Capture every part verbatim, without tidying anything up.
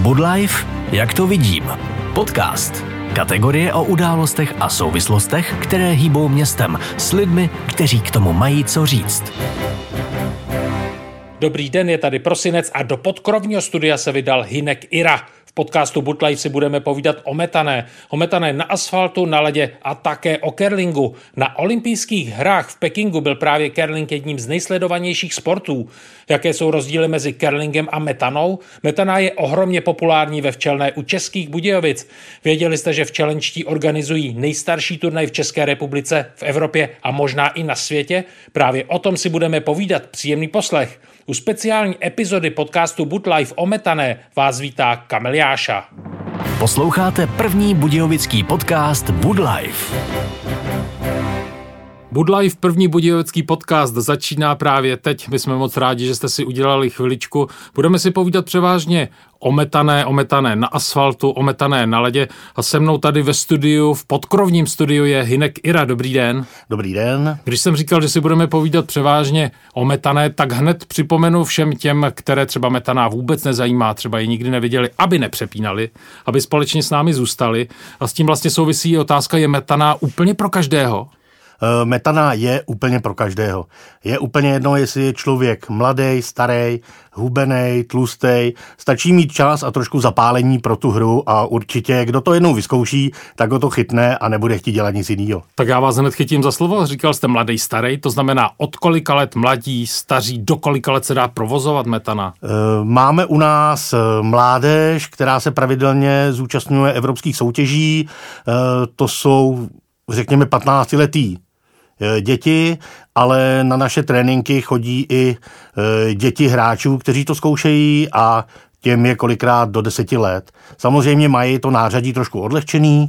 Bud Life, jak to vidím. Podcast. Kategorie o událostech a souvislostech, které hýbou městem s lidmi, kteří k tomu mají co říct. Dobrý den, je tady prosinec a do podkrovního studia se vydal Hynek Ira. V podcastu Bud Life si budeme povídat o Metané. O Metané na asfaltu, na ledě a také o curlingu. Na olympijských hrách v Pekingu byl právě curling jedním z nejsledovanějších sportů. Jaké jsou rozdíly mezi curlingem a metanou? Metana je ohromně populární ve Včelné u Českých Budějovic. Věděli jste, že včelenčtí organizují nejstarší turnaj v České republice, v Evropě a možná i na světě? Právě o tom si budeme povídat. Příjemný poslech. U speciální epizody podcastu Bud Life o Metané vás vítá Kamil Jáša. Posloucháte první budějovický podcast Bud Life. Bud Life, první budějovický podcast, začíná právě teď. My jsme moc rádi, že jste si udělali chviličku. Budeme si povídat převážně o Metané, o Metané na asfaltu, o Metané na ledě. A se mnou tady ve studiu, v podkrovním studiu je Hynek Ira. Dobrý den. Dobrý den. Když jsem říkal, že si budeme povídat převážně o Metané, tak hned připomenu všem těm, které třeba Metaná vůbec nezajímá, třeba ji nikdy neviděli, aby nepřepínali, aby společně s námi zůstali. A s tím vlastně souvisí otázka, je Metaná úplně pro každého? Metana je úplně pro každého. Je úplně jedno, jestli je člověk mladý, starý, hubenej, tlustej. Stačí mít čas a trošku zapálení pro tu hru a určitě, kdo to jednou vyzkouší, tak ho to chytne a nebude chtít dělat nic jiného. Tak já vás hned chytím za slovo. Říkal jste mladý, starý, to znamená od kolika let mladí, staří, do kolika let se dá provozovat Metana? Máme u nás mládež, která se pravidelně zúčastňuje evropských soutěží. To jsou, řekněme, patnáctiletí děti, ale na naše tréninky chodí i děti hráčů, kteří to zkoušejí a těm je kolikrát do deseti let. Samozřejmě mají to nářadí trošku odlehčený,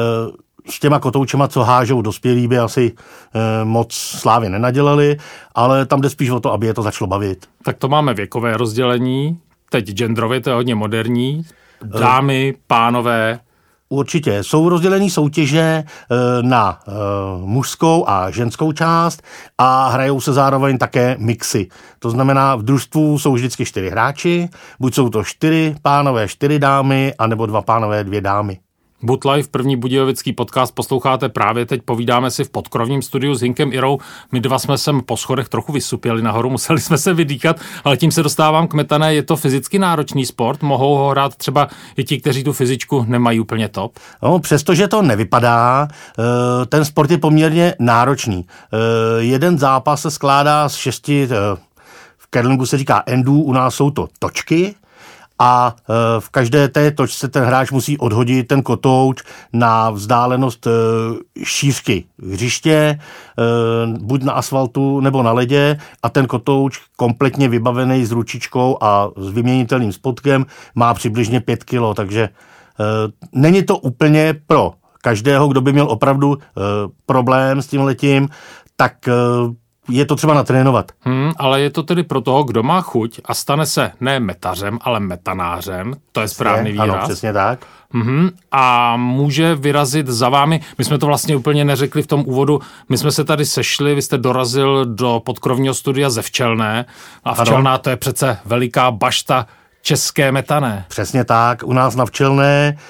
s těma kotoučema, co hážou dospělí, by asi moc slávy nenadělali, ale tam jde spíš o to, aby je to začalo bavit. Tak to máme věkové rozdělení, teď genderově, to je hodně moderní, dámy, pánové. Určitě. Jsou rozdělené soutěže na mužskou a ženskou část a hrajou se zároveň také mixy. To znamená, v družstvu jsou vždycky čtyři hráči, buď jsou to čtyři pánové, čtyři dámy, anebo dva pánové, dvě dámy. Bud Life, první budějovický podcast, posloucháte právě teď, povídáme si v podkrovním studiu s Hynkem Irou. My dva jsme sem po schodech trochu vysupěli nahoru, museli jsme se vydýchat, ale tím se dostávám k Metané. Je to fyzicky náročný sport, mohou ho hrát třeba i ti, kteří tu fyzičku nemají úplně top? No, přestože to nevypadá, ten sport je poměrně náročný. Jeden zápas se skládá z šesti, v curlingu se říká endů, u nás jsou to točky, a v každé té točce ten hráč musí odhodit ten kotouč na vzdálenost šířky hřiště, buď na asfaltu nebo na ledě, a ten kotouč kompletně vybavený s ručičkou a s vyměnitelným spodkem má přibližně pět kilo, takže není to úplně pro každého, kdo by měl opravdu problém s tímhletím, tak je to třeba natrénovat. Hmm, ale je to tedy pro toho, kdo má chuť a stane se ne metařem, ale metanářem. To je správný výraz. Ano, přesně tak. Hmm, a může vyrazit za vámi. My jsme to vlastně úplně neřekli v tom úvodu. My jsme se tady sešli, vy jste dorazil do podkrovního studia ze Včelné. A Včelná, to je přece veliká bašta české Metané. Přesně tak. U nás na Včelné e,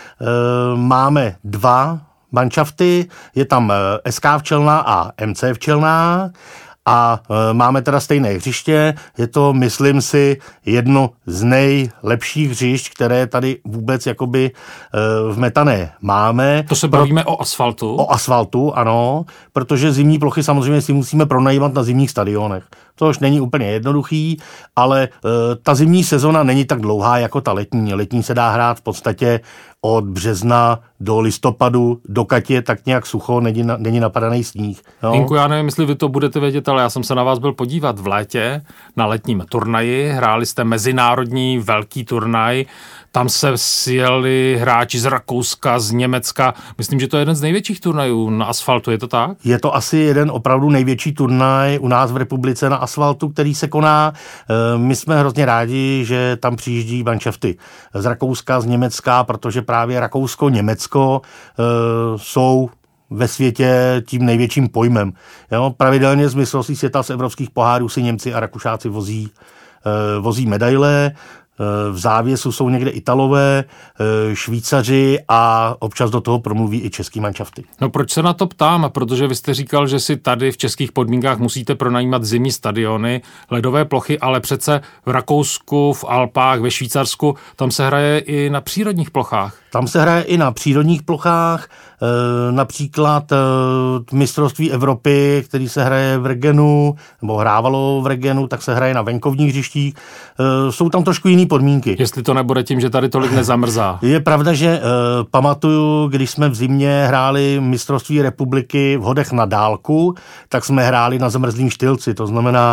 máme dva manšafty. Je tam S K Včelná a M C Včelná. A e, máme teda stejné hřiště, je to, myslím si, jedno z nejlepších hřišť, které tady vůbec jakoby e, v Metané máme. To se bavíme Pro, o asfaltu? O asfaltu, ano, protože zimní plochy samozřejmě si musíme pronajímat na zimních stadionech. Což není úplně jednoduchý, ale e, ta zimní sezona není tak dlouhá jako ta letní. Letní se dá hrát v podstatě od března do listopadu, dokud je tak nějak sucho, není, na, není napadaný sníh. No. Hynku, já nevím, jestli vy to budete vědět, ale já jsem se na vás byl podívat v létě na letním turnaji. Hráli jste mezinárodní velký turnaj. Tam se sjeli hráči z Rakouska, z Německa. Myslím, že to je jeden z největších turnajů na asfaltu, je to tak? Je to asi jeden opravdu největší turnaj u nás v republice na asfaltu, který se koná. My jsme hrozně rádi, že tam přijíždí manšafty z Rakouska, z Německa, protože právě Rakousko, Německo jsou ve světě tím největším pojmem. Jo, pravidelně z mistrovství světa z evropských pohárů si Němci a Rakušáci vozí, vozí medaile. V závěsu jsou někde Italové, Švýcaři a občas do toho promluví i český manšafty. No proč se na to ptám? Protože vy jste říkal, že si tady v českých podmínkách musíte pronajímat zimní stadiony, ledové plochy, ale přece v Rakousku, v Alpách, ve Švýcarsku, tam se hraje i na přírodních plochách. Tam se hraje i na přírodních plochách, například mistrovství Evropy, který se hraje v Regenu, nebo hrávalo v Regenu, tak se hraje na venkovních hřištích. Jsou tam trošku jiný podmínky. Jestli to nebude tím, že tady tolik nezamrzá. Je pravda, že pamatuju, když jsme v zimě hráli mistrovství republiky v hodech na dálku, tak jsme hráli na zamrzlým Štylci. To znamená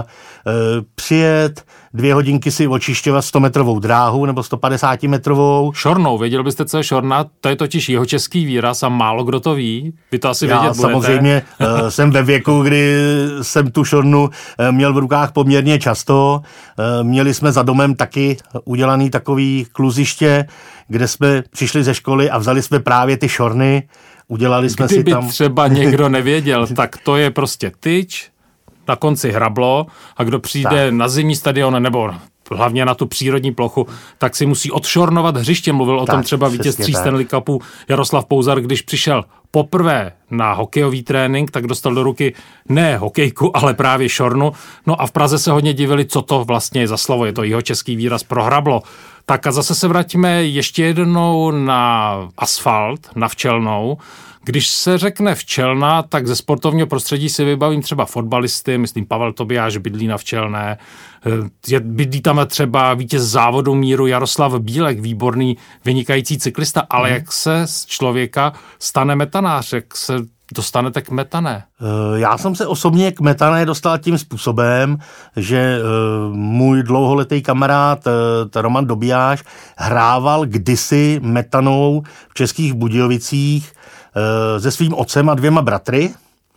přijet, dvě hodinky si očišťovat stometrovou dráhu nebo sto padesát metrovou. Šornou, věděl byste, co je šorna? To je totiž jeho český výraz a málo kdo to ví. Vy to asi Já vědět budete. samozřejmě uh, jsem ve věku, kdy jsem tu šornu uh, měl v rukách poměrně často. Uh, měli jsme za domem taky udělaný takový kluziště, kde jsme přišli ze školy a vzali jsme právě ty šorny. Udělali jsme Kdyby si tam... třeba někdo nevěděl, tak to je prostě tyč, na konci hrablo a kdo přijde tak na zimní stadion nebo hlavně na tu přírodní plochu, tak si musí odšornovat hřiště. Mluvil o tak, tom třeba vítěz tří Stanley Cupu Jaroslav Pouzar, když přišel poprvé na hokejový trénink, tak dostal do ruky ne hokejku, ale právě šornu. No a v Praze se hodně divili, co to vlastně je za slovo. Je to jeho český výraz pro hrablo. Tak a zase se vraťme ještě jednou na asfalt, na Včelnou. Když se řekne Včelna, tak ze sportovního prostředí si vybavím třeba fotbalisty, myslím Pavel Tobiáš bydlí na Včelné, bydlí tam třeba vítěz závodu míru Jaroslav Bílek, výborný, vynikající cyklista, ale jak se z člověka stane metanář, jak se dostanete k metané? Já jsem se osobně k metané dostal tím způsobem, že můj dlouholetý kamarád Roman Dobiáš hrával kdysi metanou v Českých Budějovicích se svým otcem a dvěma bratry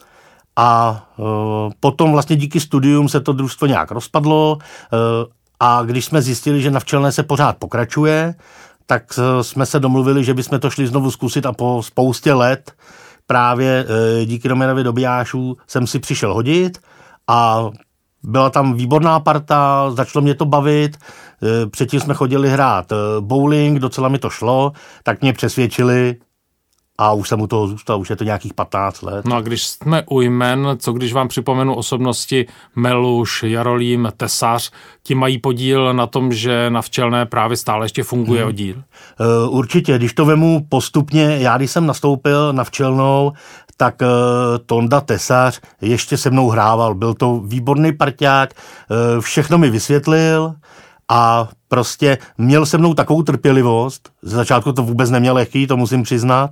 a potom vlastně díky studium se to družstvo nějak rozpadlo a když jsme zjistili, že na Včelné se pořád pokračuje, tak jsme se domluvili, že bychom to šli znovu zkusit a po spoustě let právě díky Romanovi Dobiášu jsem si přišel hodit a byla tam výborná parta, začalo mě to bavit, předtím jsme chodili hrát bowling, docela mi to šlo, tak mě přesvědčili a už jsem u toho zůstal, už je to nějakých patnáct let. No a když jsme u jmen, co když vám připomenu osobnosti Meluš, Jarolím, Tesař, ti mají podíl na tom, že na Včelné právě stále ještě funguje hmm. oddíl? Uh, určitě, když to vemu postupně, já když jsem nastoupil na Včelnou, tak uh, Tonda Tesař ještě se mnou hrával, byl to výborný parťák, uh, všechno mi vysvětlil, a prostě měl se mnou takovou trpělivost, ze začátku to vůbec neměl lehký, to musím přiznat,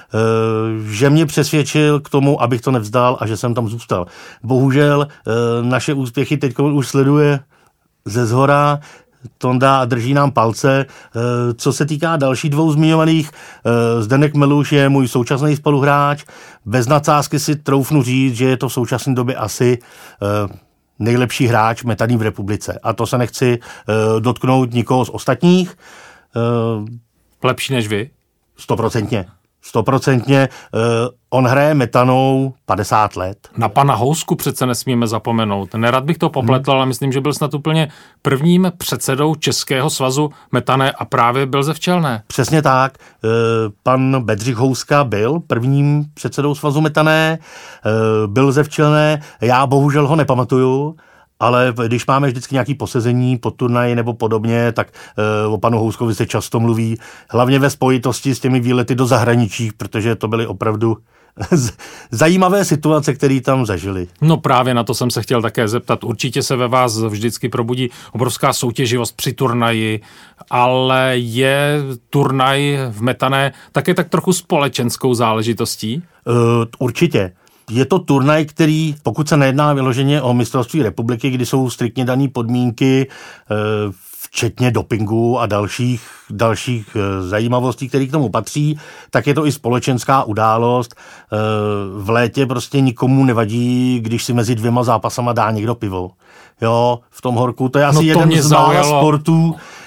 že mě přesvědčil k tomu, abych to nevzdal a že jsem tam zůstal. Bohužel naše úspěchy teď už sleduje ze zhora, Tonda drží nám palce. Co se týká dalších dvou zmiňovaných, Zdeněk Meluš je můj současný spoluhráč. Bez nadsázky si troufnu říct, že je to v současné době asi nejlepší hráč metaný v republice. A to se nechci uh, dotknout nikoho z ostatních. Uh, Lepší než vy? Stoprocentně. Stoprocentně. Uh, on hraje metanou padesát let. Na pana Housku přece nesmíme zapomenout. Nerad bych to popletl, hmm. ale myslím, že byl snad úplně prvním předsedou Českého svazu metané a právě byl ze Včelné. Přesně tak. Uh, pan Bedřich Houska byl prvním předsedou svazu metané, uh, byl ze Včelné. Já bohužel ho nepamatuju, ale když máme vždycky nějaké posezení po turnaji nebo podobně, tak uh, o panu Houskovi se často mluví, hlavně ve spojitosti s těmi výlety do zahraničí, protože to byly opravdu zajímavé situace, které tam zažili. No právě na to jsem se chtěl také zeptat. Určitě se ve vás vždycky probudí obrovská soutěživost při turnaji, ale je turnaj v metané také tak trochu společenskou záležitostí? Uh, určitě. Je to turnaj, který, pokud se nejedná vyloženě o mistrovství republiky, kdy jsou striktně dané podmínky, včetně dopingu a dalších, dalších zajímavostí, které k tomu patří, tak je to i společenská událost. V létě prostě nikomu nevadí, když si mezi dvěma zápasama dá někdo pivo. Jo, v tom horku, to je asi no to jeden z mála sportů,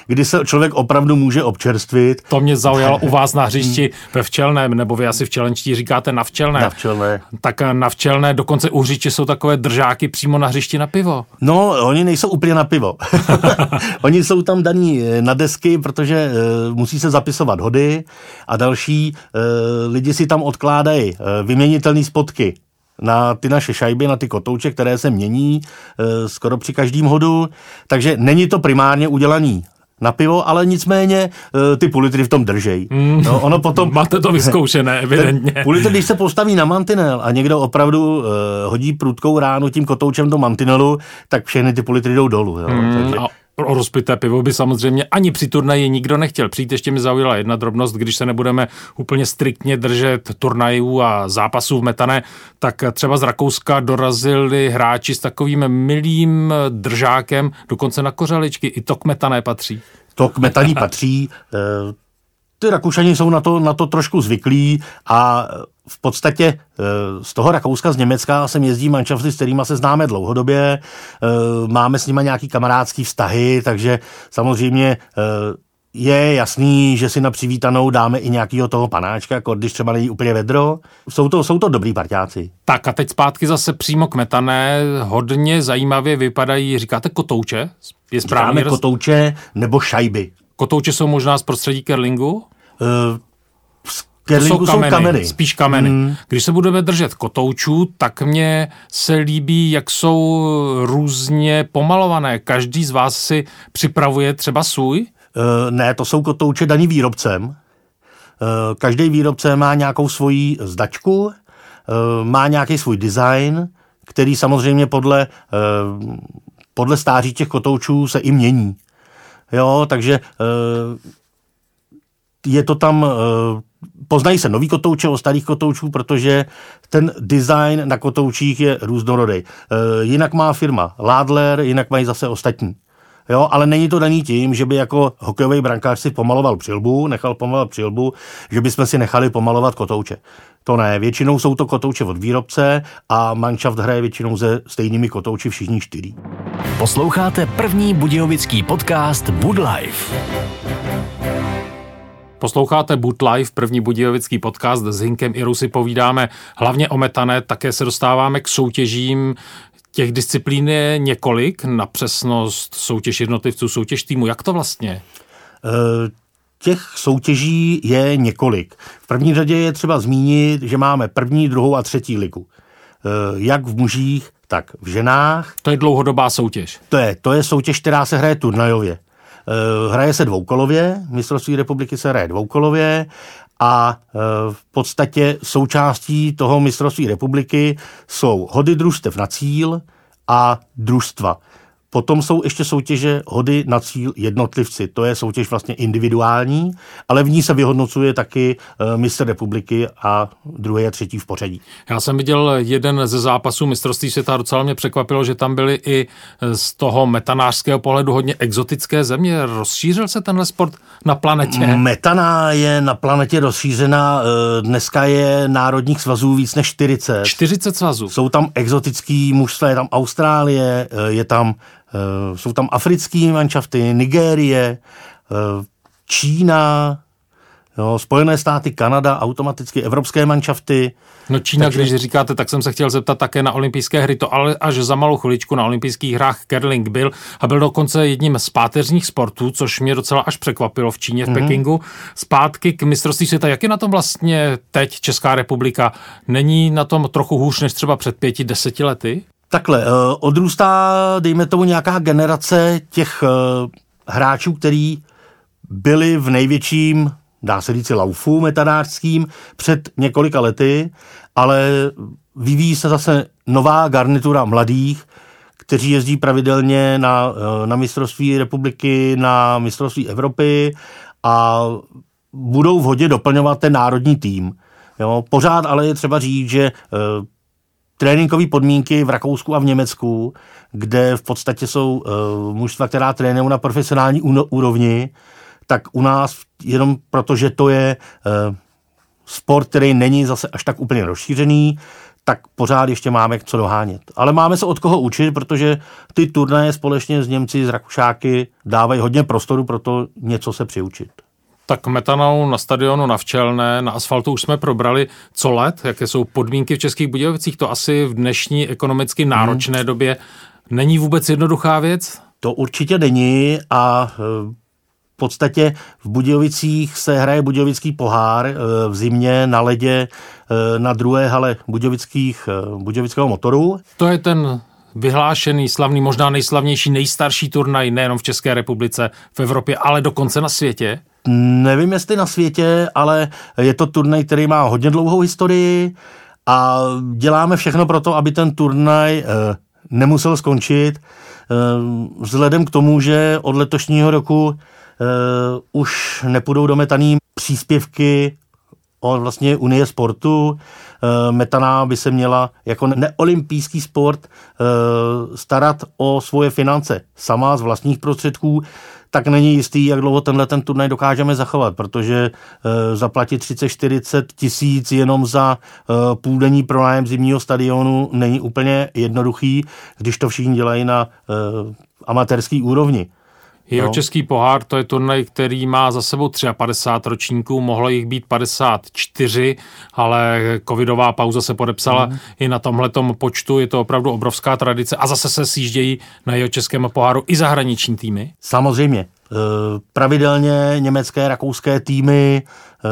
kdy se člověk opravdu může občerstvit. To mě zaujalo u vás na hřišti ve Včelném, nebo vy asi v Čelenčtí říkáte na Včelné. Na Včelné. Tak na Včelné, dokonce u hřiště jsou takové držáky přímo na hřišti na pivo. No, oni nejsou úplně na pivo. Oni jsou tam daní na desky, protože uh, musí se zapisovat hody a další uh, lidi si tam odkládají uh, vyměnitelné spotky na ty naše šajby, na ty kotouče, které se mění uh, skoro při každém hodu. Takže není to primárně udělaný na pivo, ale nicméně uh, ty půl litry v tom držej. Mm. No, ono potom... Máte to vyzkoušené, evidentně. Půl litr, když se postaví na mantinel a někdo opravdu uh, hodí prudkou ránu tím kotoučem do mantinelu, tak všechny ty půl litry jdou dolů. Jo. Mm, Takže... a o rozpité pivo by samozřejmě ani při turnaji nikdo nechtěl přijít. Ještě mi zaujala jedna drobnost, když se nebudeme úplně striktně držet turnajů a zápasů v metané, tak třeba z Rakouska dorazili hráči s takovým milým držákem dokonce na kořaličky. I to k metané patří. To k metaní patří. Ty Rakušani jsou na to, na to trošku zvyklí a v podstatě z toho Rakouska, z Německa sem jezdí manšafty, s kterýma se známe dlouhodobě, máme s nima nějaký kamarádský vztahy, takže samozřejmě je jasný, že si na přivítanou dáme i nějakýho toho panáčka, jako když třeba není úplně vedro. Jsou to, jsou to dobrý parťáci. Tak a teď zpátky zase přímo k metané. Hodně zajímavě vypadají, říkáte kotouče? Je správně? Říkáme kotouče nebo šajby. Kotouče jsou možná z prostředí curlingu? Uh, z curlingu jsou kameny, jsou kameny. Spíš kameny. Hmm. Když se budeme držet kotoučů, tak mně se líbí, jak jsou různě pomalované. Každý z vás si připravuje třeba svůj? Uh, ne, to jsou kotouče daný výrobcem. Uh, každý výrobce má nějakou svoji značku, uh, má nějaký svůj design, který samozřejmě podle, uh, podle stáří těch kotoučů se i mění. Jo, takže uh, je to tam, uh, poznají se nový kotouče od starých kotoučů, protože ten design na kotoučích je různorodý. Uh, jinak má firma Ládler, jinak mají zase ostatní. Jo, ale není to daný tím, že by jako hokejový brankář si pomaloval přilbu, nechal pomalovat přilbu, že bychom si nechali pomalovat kotouče. To ne, většinou jsou to kotouče od výrobce a manšaft hraje většinou se stejnými kotouči všichni čtyři. Posloucháte první budějovický podcast Bud Life. Posloucháte Bud Life, první budějovický podcast. S Hinkem Irou si povídáme hlavně o metané, také se dostáváme k soutěžím. Těch disciplín je několik, na přesnost soutěž jednotlivců, soutěž týmu. Jak to vlastně? Těch soutěží je několik. V první řadě je třeba zmínit, že máme první, druhou a třetí ligu. Jak v mužích, tak v ženách. To je dlouhodobá soutěž. To je, to je soutěž, která se hraje turnajově. Hraje se dvoukolově, mistrovství republiky se hraje dvoukolově a v podstatě součástí toho mistrovství republiky jsou hody družstev na cíl a družstva. Potom jsou ještě soutěže hody na cíl jednotlivci. To je soutěž vlastně individuální, ale v ní se vyhodnocuje taky mistr republiky a druhý a třetí v pořadí. Já jsem viděl jeden ze zápasů mistrovství světa, docela mě překvapilo, že tam byly i z toho metanářského pohledu hodně exotické země. Rozšířil se tenhle sport na planetě? Metana je na planetě rozšířena. Dneska je národních svazů víc než čtyřicet. čtyřicet svazů. Jsou tam exotický mužstva, je tam Austrálie, je tam Uh, jsou tam africký manšafty, Nigérie, uh, Čína, jo, Spojené státy, Kanada, automaticky evropské manšafty. No Čína, Takže... když říkáte, tak jsem se chtěl zeptat také na olympijské hry, to ale až za malou chviličku na olympijských hrách curling byl a byl dokonce jedním z páteřních sportů, což mě docela až překvapilo v Číně, v mm-hmm. Pekingu. Zpátky k mistrovství světa, jak je na tom vlastně teď Česká republika? Není na tom trochu hůř než třeba před pěti, deseti lety? Takhle, odrůstá, dejme tomu, nějaká generace těch hráčů, který byli v největším, dá se říct, laufu metanářským před několika lety, ale vyvíjí se zase nová garnitura mladých, kteří jezdí pravidelně na, na mistrovství republiky, na mistrovství Evropy a budou v hodě doplňovat ten národní tým. Jo, pořád ale je třeba říct, že tréninkové podmínky v Rakousku a v Německu, kde v podstatě jsou uh, mužstva, která trénují na profesionální úrovni, tak u nás jenom protože to je uh, sport, který není zase až tak úplně rozšířený, tak pořád ještě máme co dohánět. Ale máme se od koho učit, protože ty turnaje společně s Němci, s Rakušáky dávají hodně prostoru pro to něco se přiučit. Tak metanou na stadionu na Včelné, na asfaltu už jsme probrali co let, jaké jsou podmínky v Českých Budějovicích. To asi v dnešní ekonomicky náročné hmm. době není vůbec jednoduchá věc? To určitě není a v podstatě v Budějovicích se hraje budějovický pohár v zimě na ledě na druhé hale budějovických, budějovického motoru. To je ten vyhlášený, slavný, možná nejslavnější, nejstarší turnaj nejenom v České republice, v Evropě, ale dokonce na světě? Nevím, jestli na světě, ale je to turnaj, který má hodně dlouhou historii a děláme všechno pro to, aby ten turnaj nemusel skončit. Vzhledem k tomu, že od letošního roku už nepůjdou do metaný příspěvky od vlastně Unie sportu. Metaná by se měla jako neolympijský sport starat o svoje finance sama z vlastních prostředků, tak není jistý, jak dlouho tenhle ten turnaj dokážeme zachovat, protože zaplatit třicet čtyřicet tisíc jenom za půldenní pronájem zimního stadionu není úplně jednoduchý, když to všichni dělají na amatérský úrovni. Jeho no. Český pohár, to je turnaj, který má za sebou padesát tři ročníků, mohlo jich být padesát čtyři, ale covidová pauza se podepsala mm. i na tomhletom počtu, je to opravdu obrovská tradice a zase se sjíždějí na jeho českém poháru i zahraniční týmy. Samozřejmě. Pravidelně německé, rakouské týmy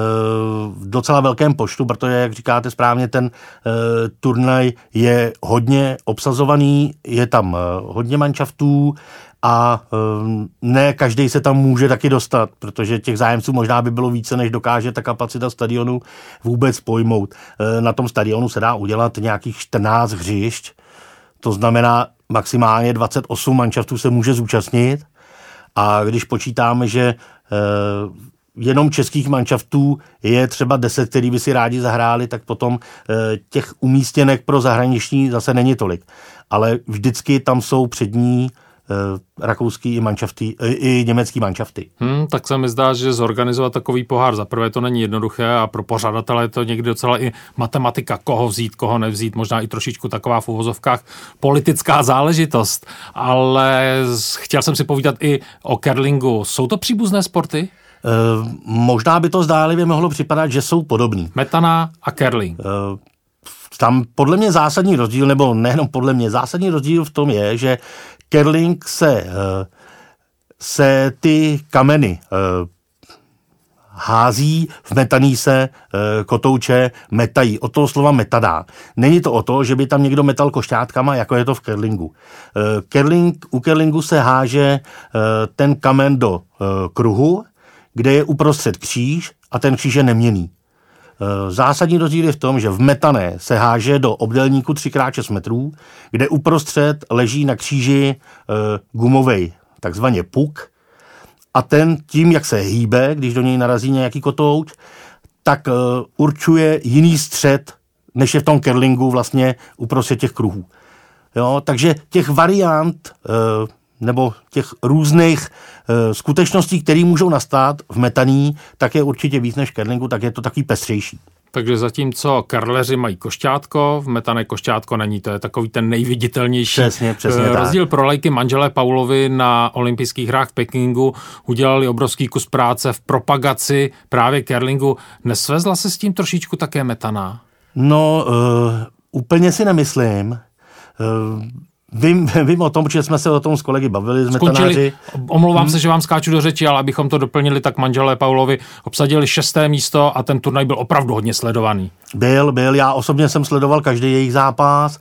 v docela velkém počtu, protože, jak říkáte správně, ten turnaj je hodně obsazovaný, je tam hodně manšaftů a ne každý se tam může taky dostat, protože těch zájemců možná by bylo více, než dokáže ta kapacita stadionu vůbec pojmout. Na tom stadionu se dá udělat nějakých čtrnáct hřišť, to znamená maximálně dvacet osm manšaftů se může zúčastnit. A když počítáme, že eh, jenom českých manšaftů je třeba deset, který by si rádi zahráli, tak potom eh, těch umístěnek pro zahraniční zase není tolik. Ale vždycky tam jsou přední eh, rakouský i, manšafty, eh, i německý manšafty. Hmm, tak se mi zdá, že zorganizovat takový pohár za prvé to není jednoduché a pro pořadatele je to někdy docela i matematika, koho vzít, koho nevzít, možná i trošičku taková v uvozovkách politická záležitost. Ale chtěl jsem si povídat i o curlingu. Jsou to příbuzné sporty? Eh, možná by to zdálivě mohlo připadat, že jsou podobný. Metaná a curling. Eh, tam podle mě zásadní rozdíl, nebo nejenom podle mě, zásadní rozdíl v tom je, že curling se, se ty kameny hází, v metaný se kotouče metají. Od toho slova metadá. Není to o to, že by tam někdo metal košťátkama, jako je to v curlingu. Curling, u curlingu se háže ten kamen do kruhu, kde je uprostřed kříž a ten kříž je neměnný. Zásadní rozdíl je v tom, že v metané se háže do obdélníku tři krát šest metrů, kde uprostřed leží na kříži e, gumovej, takzvaně puk, a ten tím, jak se hýbe, když do něj narazí nějaký kotouč, tak e, určuje jiný střed, než je v tom curlingu vlastně uprostřed těch kruhů. Jo, takže těch variant e, nebo těch různých e, skutečností, které můžou nastat v metaní, tak je určitě víc než curlingu, tak je to takový pestřejší. Takže zatímco curleři mají košťátko, v metané košťátko není, to je takový ten nejviditelnější přesně, přesně rozdíl. tak. Pro lajky manželé Paulovi na olympijských hrách v Pekingu udělali obrovský kus práce v propagaci právě curlingu. Nesvezla se s tím trošičku také metaná? No, uh, úplně si nemyslím. Uh, Vím, vím o tom, protože jsme se o tom s kolegy bavili, s metanáři. Omlouvám hmm. se, že vám skáču do řeči, ale abychom to doplnili, tak manželé Paulovi obsadili šesté místo a ten turnaj byl opravdu hodně sledovaný. Byl, byl. Já osobně jsem sledoval každý jejich zápas.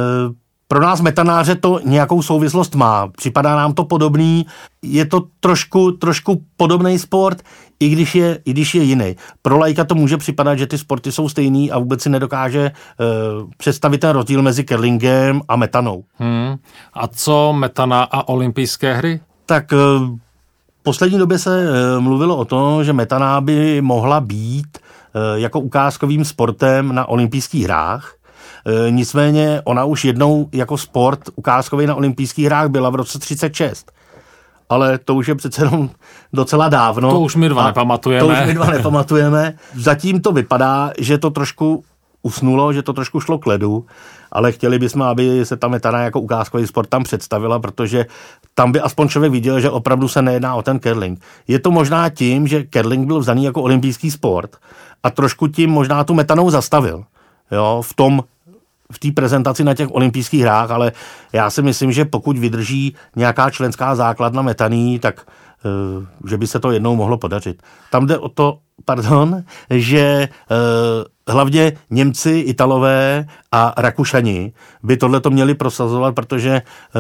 Pro nás metanáře to nějakou souvislost má. Připadá nám to podobný. Je to trošku, trošku podobný sport, i když je, i když je jiný. Pro laika to může připadat, že ty sporty jsou stejný a vůbec si nedokáže uh, představit ten rozdíl mezi curlingem a metanou. Hmm. A co metana a olympijské hry? Tak uh, v poslední době se uh, mluvilo o tom, že metana by mohla být uh, jako ukázkovým sportem na olympijských hrách. E, nicméně ona už jednou jako sport ukázkový na olympijských hrách byla v roce třicet šest. Ale to už je přece jenom docela dávno. To už my dva nepamatujeme. To už my dva nepamatujeme. Zatím to vypadá, že to trošku usnulo, že to trošku šlo k ledu, ale chtěli bychom, aby se ta metana jako ukázkový sport tam představila, protože tam by aspoň člověk viděl, že opravdu se nejedná o ten curling. Je to možná tím, že curling byl vzaný jako olympijský sport a trošku tím možná tu metanou zastavil. Jo, v tom, v té prezentaci na těch olympijských hrách, ale já si myslím, že pokud vydrží nějaká členská základna metaný, tak uh, že by se to jednou mohlo podařit. Tam jde o to, pardon, že uh, hlavně Němci, Italové a Rakušani by tohleto měli prosazovat, protože uh,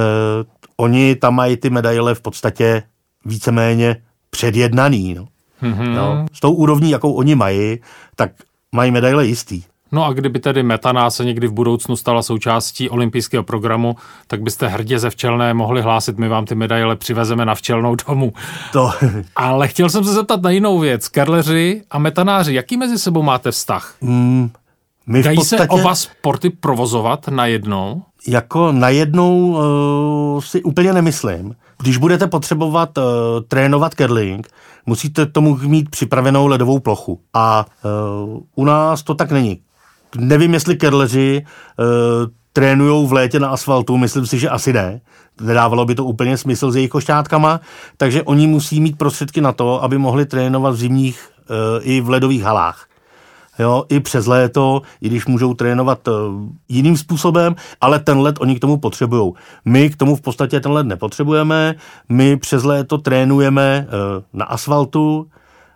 oni tam mají ty medaile v podstatě víceméně předjednaný. No. Mm-hmm. No, s tou úrovní, jakou oni mají, tak mají medaile jistý. No a kdyby tedy metana se někdy v budoucnu stala součástí olympijského programu, tak byste hrdě ze Včelné mohli hlásit, my vám ty medaile přivezeme na Včelnou domů. To. Ale chtěl jsem se zeptat na jinou věc. Curleři a metanáři, jaký mezi sebou máte vztah? Mm, my v Dají podstatě, se oba sporty provozovat najednou? Jako najednou uh, si úplně nemyslím. Když budete potřebovat uh, trénovat curling, musíte tomu mít připravenou ledovou plochu. A uh, u nás to tak není. Nevím, jestli curleři uh, trénujou v létě na asfaltu, myslím si, že asi ne. Nedávalo by to úplně smysl s jejich košťátkama, takže oni musí mít prostředky na to, aby mohli trénovat v zimních uh, i v ledových halách. Jo, i přes léto, i když můžou trénovat uh, jiným způsobem, ale ten led oni k tomu potřebujou. My k tomu v podstatě ten led nepotřebujeme, my přes léto trénujeme uh, na asfaltu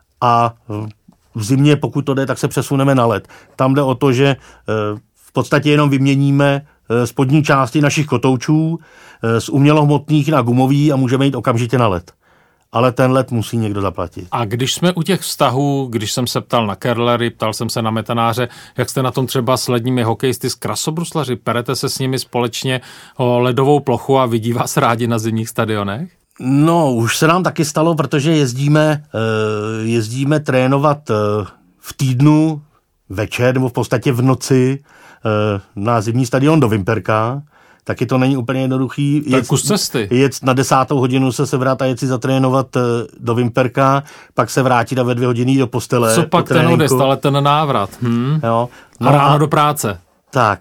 a uh, v zimě, pokud to jde, tak se přesuneme na led. Tam jde o to, že uh, v podstatě jenom vyměníme uh, spodní části našich kotoučů uh, z umělohmotných na gumový a můžeme jít okamžitě na led. Ale ten let musí někdo zaplatit. A když jsme u těch vztahů, když jsem se ptal na curlery, ptal jsem se na metanáře, jak jste na tom třeba s ledními hokejisty z krasobruslaři? Perete se s nimi společně o ledovou plochu a vidí vás rádi na zimních stadionech? No, už se nám taky stalo, protože jezdíme, jezdíme trénovat v týdnu večer, nebo v podstatě v noci na zimní stadion do Vimperka. Taky to není úplně jednoduchý. To je kus cesty. Jet na desátou hodinu se sebrat a jet si zatrénovat do Vimperka, pak se vrátit a ve dvě hodiny do postele. Co pak ten odjezd, ale ten návrat. Hm? Jo. No a ráno a, do práce. Tak.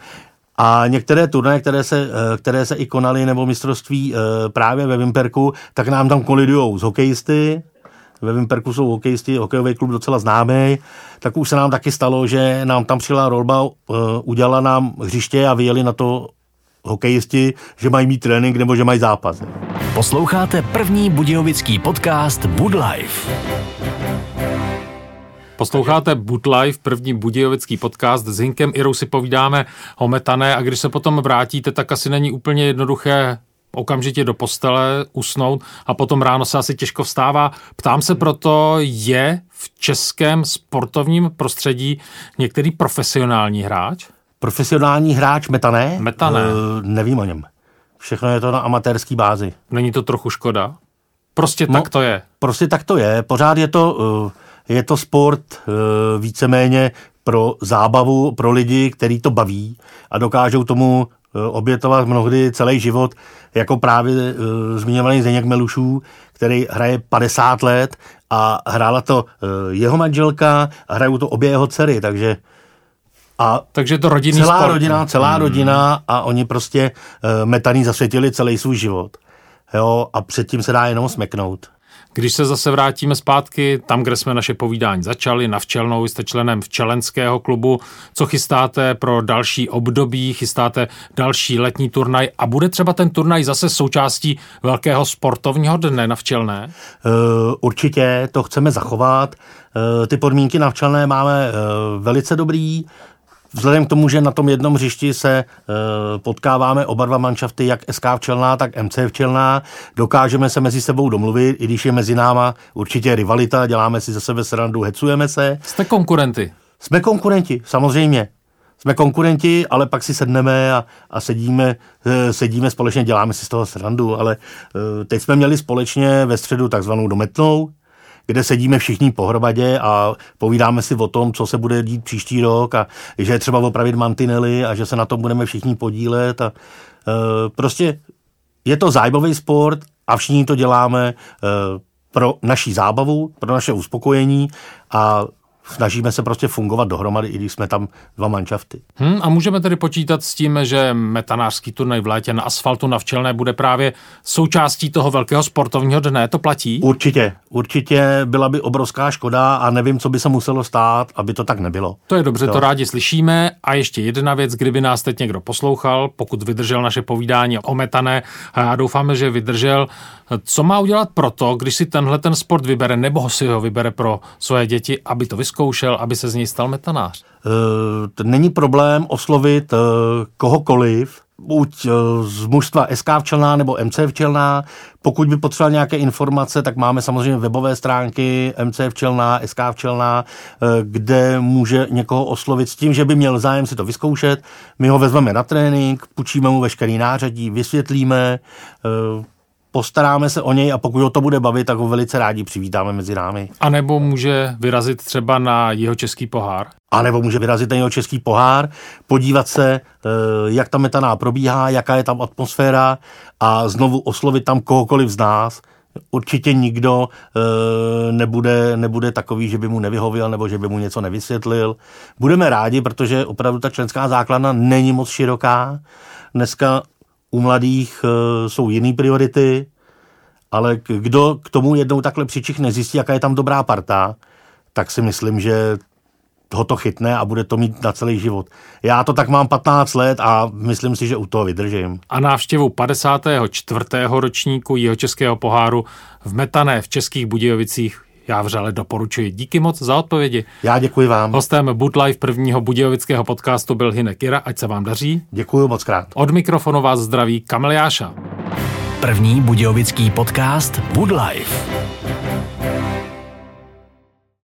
A některé turnaje, které se, které se i konaly, nebo mistrovství právě ve Vimperku, tak nám tam kolidujou s hokejisty. Ve Vimperku jsou hokejisti, hokejový klub docela známý, tak už se nám taky stalo, že nám tam přijela rolba, udělala nám hřiště a vyjeli na to hokejisti, že mají mít trénink nebo že mají zápas. Posloucháte první budějovický podcast Bud Life. Posloucháte Bud Life, první budějovický podcast. S Hinkem Irou si povídáme o metané a když se potom vrátíte, tak asi není úplně jednoduché okamžitě do postele usnout a potom ráno se asi těžko vstává. Ptám se proto, je v českém sportovním prostředí některý profesionální hráč? Profesionální hráč metané? Metané. E, nevím o něm. Všechno je to na amatérský bázi. Není to trochu škoda? Prostě no, tak to je. Prostě tak to je. Pořád je to, je to sport víceméně pro zábavu, pro lidi, který to baví a dokážou tomu obětovat mnohdy celý život, jako právě zmiňovaný Zdeněk Melušů, který hraje padesát let a hrála to jeho manželka a hrajou to obě jeho dcery, takže a takže to rodinný celá sport. rodina, celá hmm. rodina a oni prostě uh, metaný zasvětili celý svůj život. Jo, a předtím se dá jenom smeknout. Když se zase vrátíme zpátky tam, kde jsme naše povídání začali, na Včelnou, jste členem Včelenského klubu. Co chystáte pro další období? Chystáte další letní turnaj a bude třeba ten turnaj zase součástí velkého sportovního dne na Včelné? Uh, určitě, to chceme zachovat. Uh, ty podmínky na Včelné máme uh, velice dobrý. Vzhledem k tomu, že na tom jednom hřišti se e, potkáváme oba dva manšafty, jak S K Včelná, tak M C Včelná, dokážeme se mezi sebou domluvit, i když je mezi náma určitě rivalita, děláme si ze sebe srandu, hecujeme se. Jste konkurenty? Jsme konkurenti, samozřejmě. Jsme konkurenti, ale pak si sedneme a, a sedíme, e, sedíme společně, děláme si z toho srandu, ale e, teď jsme měli společně ve středu takzvanou dometnou, kde sedíme všichni pohromadě a povídáme si o tom, co se bude dít příští rok a že je třeba opravit mantinely a že se na tom budeme všichni podílet a e, prostě je to zájmový sport a všichni to děláme e, pro naši zábavu, pro naše uspokojení a snažíme se prostě fungovat dohromady, i když jsme tam dva manšafty. Hmm, a můžeme tedy počítat s tím, že metanářský turnaj v létě na asfaltu na Včelné bude právě součástí toho velkého sportovního dne, to platí? Určitě, určitě byla by obrovská škoda a nevím, co by se muselo stát, aby to tak nebylo. To je dobře, jo. To rádi slyšíme. A ještě jedna věc, kdyby nás teď někdo poslouchal, pokud vydržel naše povídání o Metané, a já doufáme, že vydržel, co má udělat proto, když si tenhle ten sport vybere, nebo si ho vybere pro svoje děti, aby to vyzkoušel, aby se z něj stal metanář? E, není problém oslovit e, kohokoliv, buď e, z mužstva S K Včelná nebo M C Včelná. Pokud by potřeboval nějaké informace, tak máme samozřejmě webové stránky M C Včelná, S K Včelná, e, kde může někoho oslovit s tím, že by měl zájem si to vyzkoušet. My ho vezmeme na trénink, půjčíme mu veškerý nářadí, vysvětlíme, e, postaráme se o něj a pokud ho to bude bavit, tak ho velice rádi přivítáme mezi námi. A nebo může vyrazit třeba na Jihočeský pohár? A nebo může vyrazit na Jihočeský pohár, podívat se, jak ta metaná probíhá, jaká je tam atmosféra a znovu oslovit tam kohokoliv z nás. Určitě nikdo nebude, nebude takový, že by mu nevyhověl nebo že by mu něco nevysvětlil. Budeme rádi, protože opravdu ta členská základna není moc široká. Dneska u mladých e, jsou jiný priority, ale kdo k tomu jednou takhle přičichne, zjistí, jaká je tam dobrá parta, tak si myslím, že ho to chytne a bude to mít na celý život. Já to tak mám patnáct let a myslím si, že u toho vydržím. A návštěvu padesátého čtvrtého ročníku Jihočeského poháru v Metané v Českých Budějovicích já vřele doporučuji. Díky moc za odpovědi. Já děkuji vám. Hostem Bud Live prvního budějovického podcastu byl Hynek Ira, ať se vám daří. Děkuji moc krát. Od mikrofonu vás zdraví Kamil Jáša. První budějovický podcast Bud Live.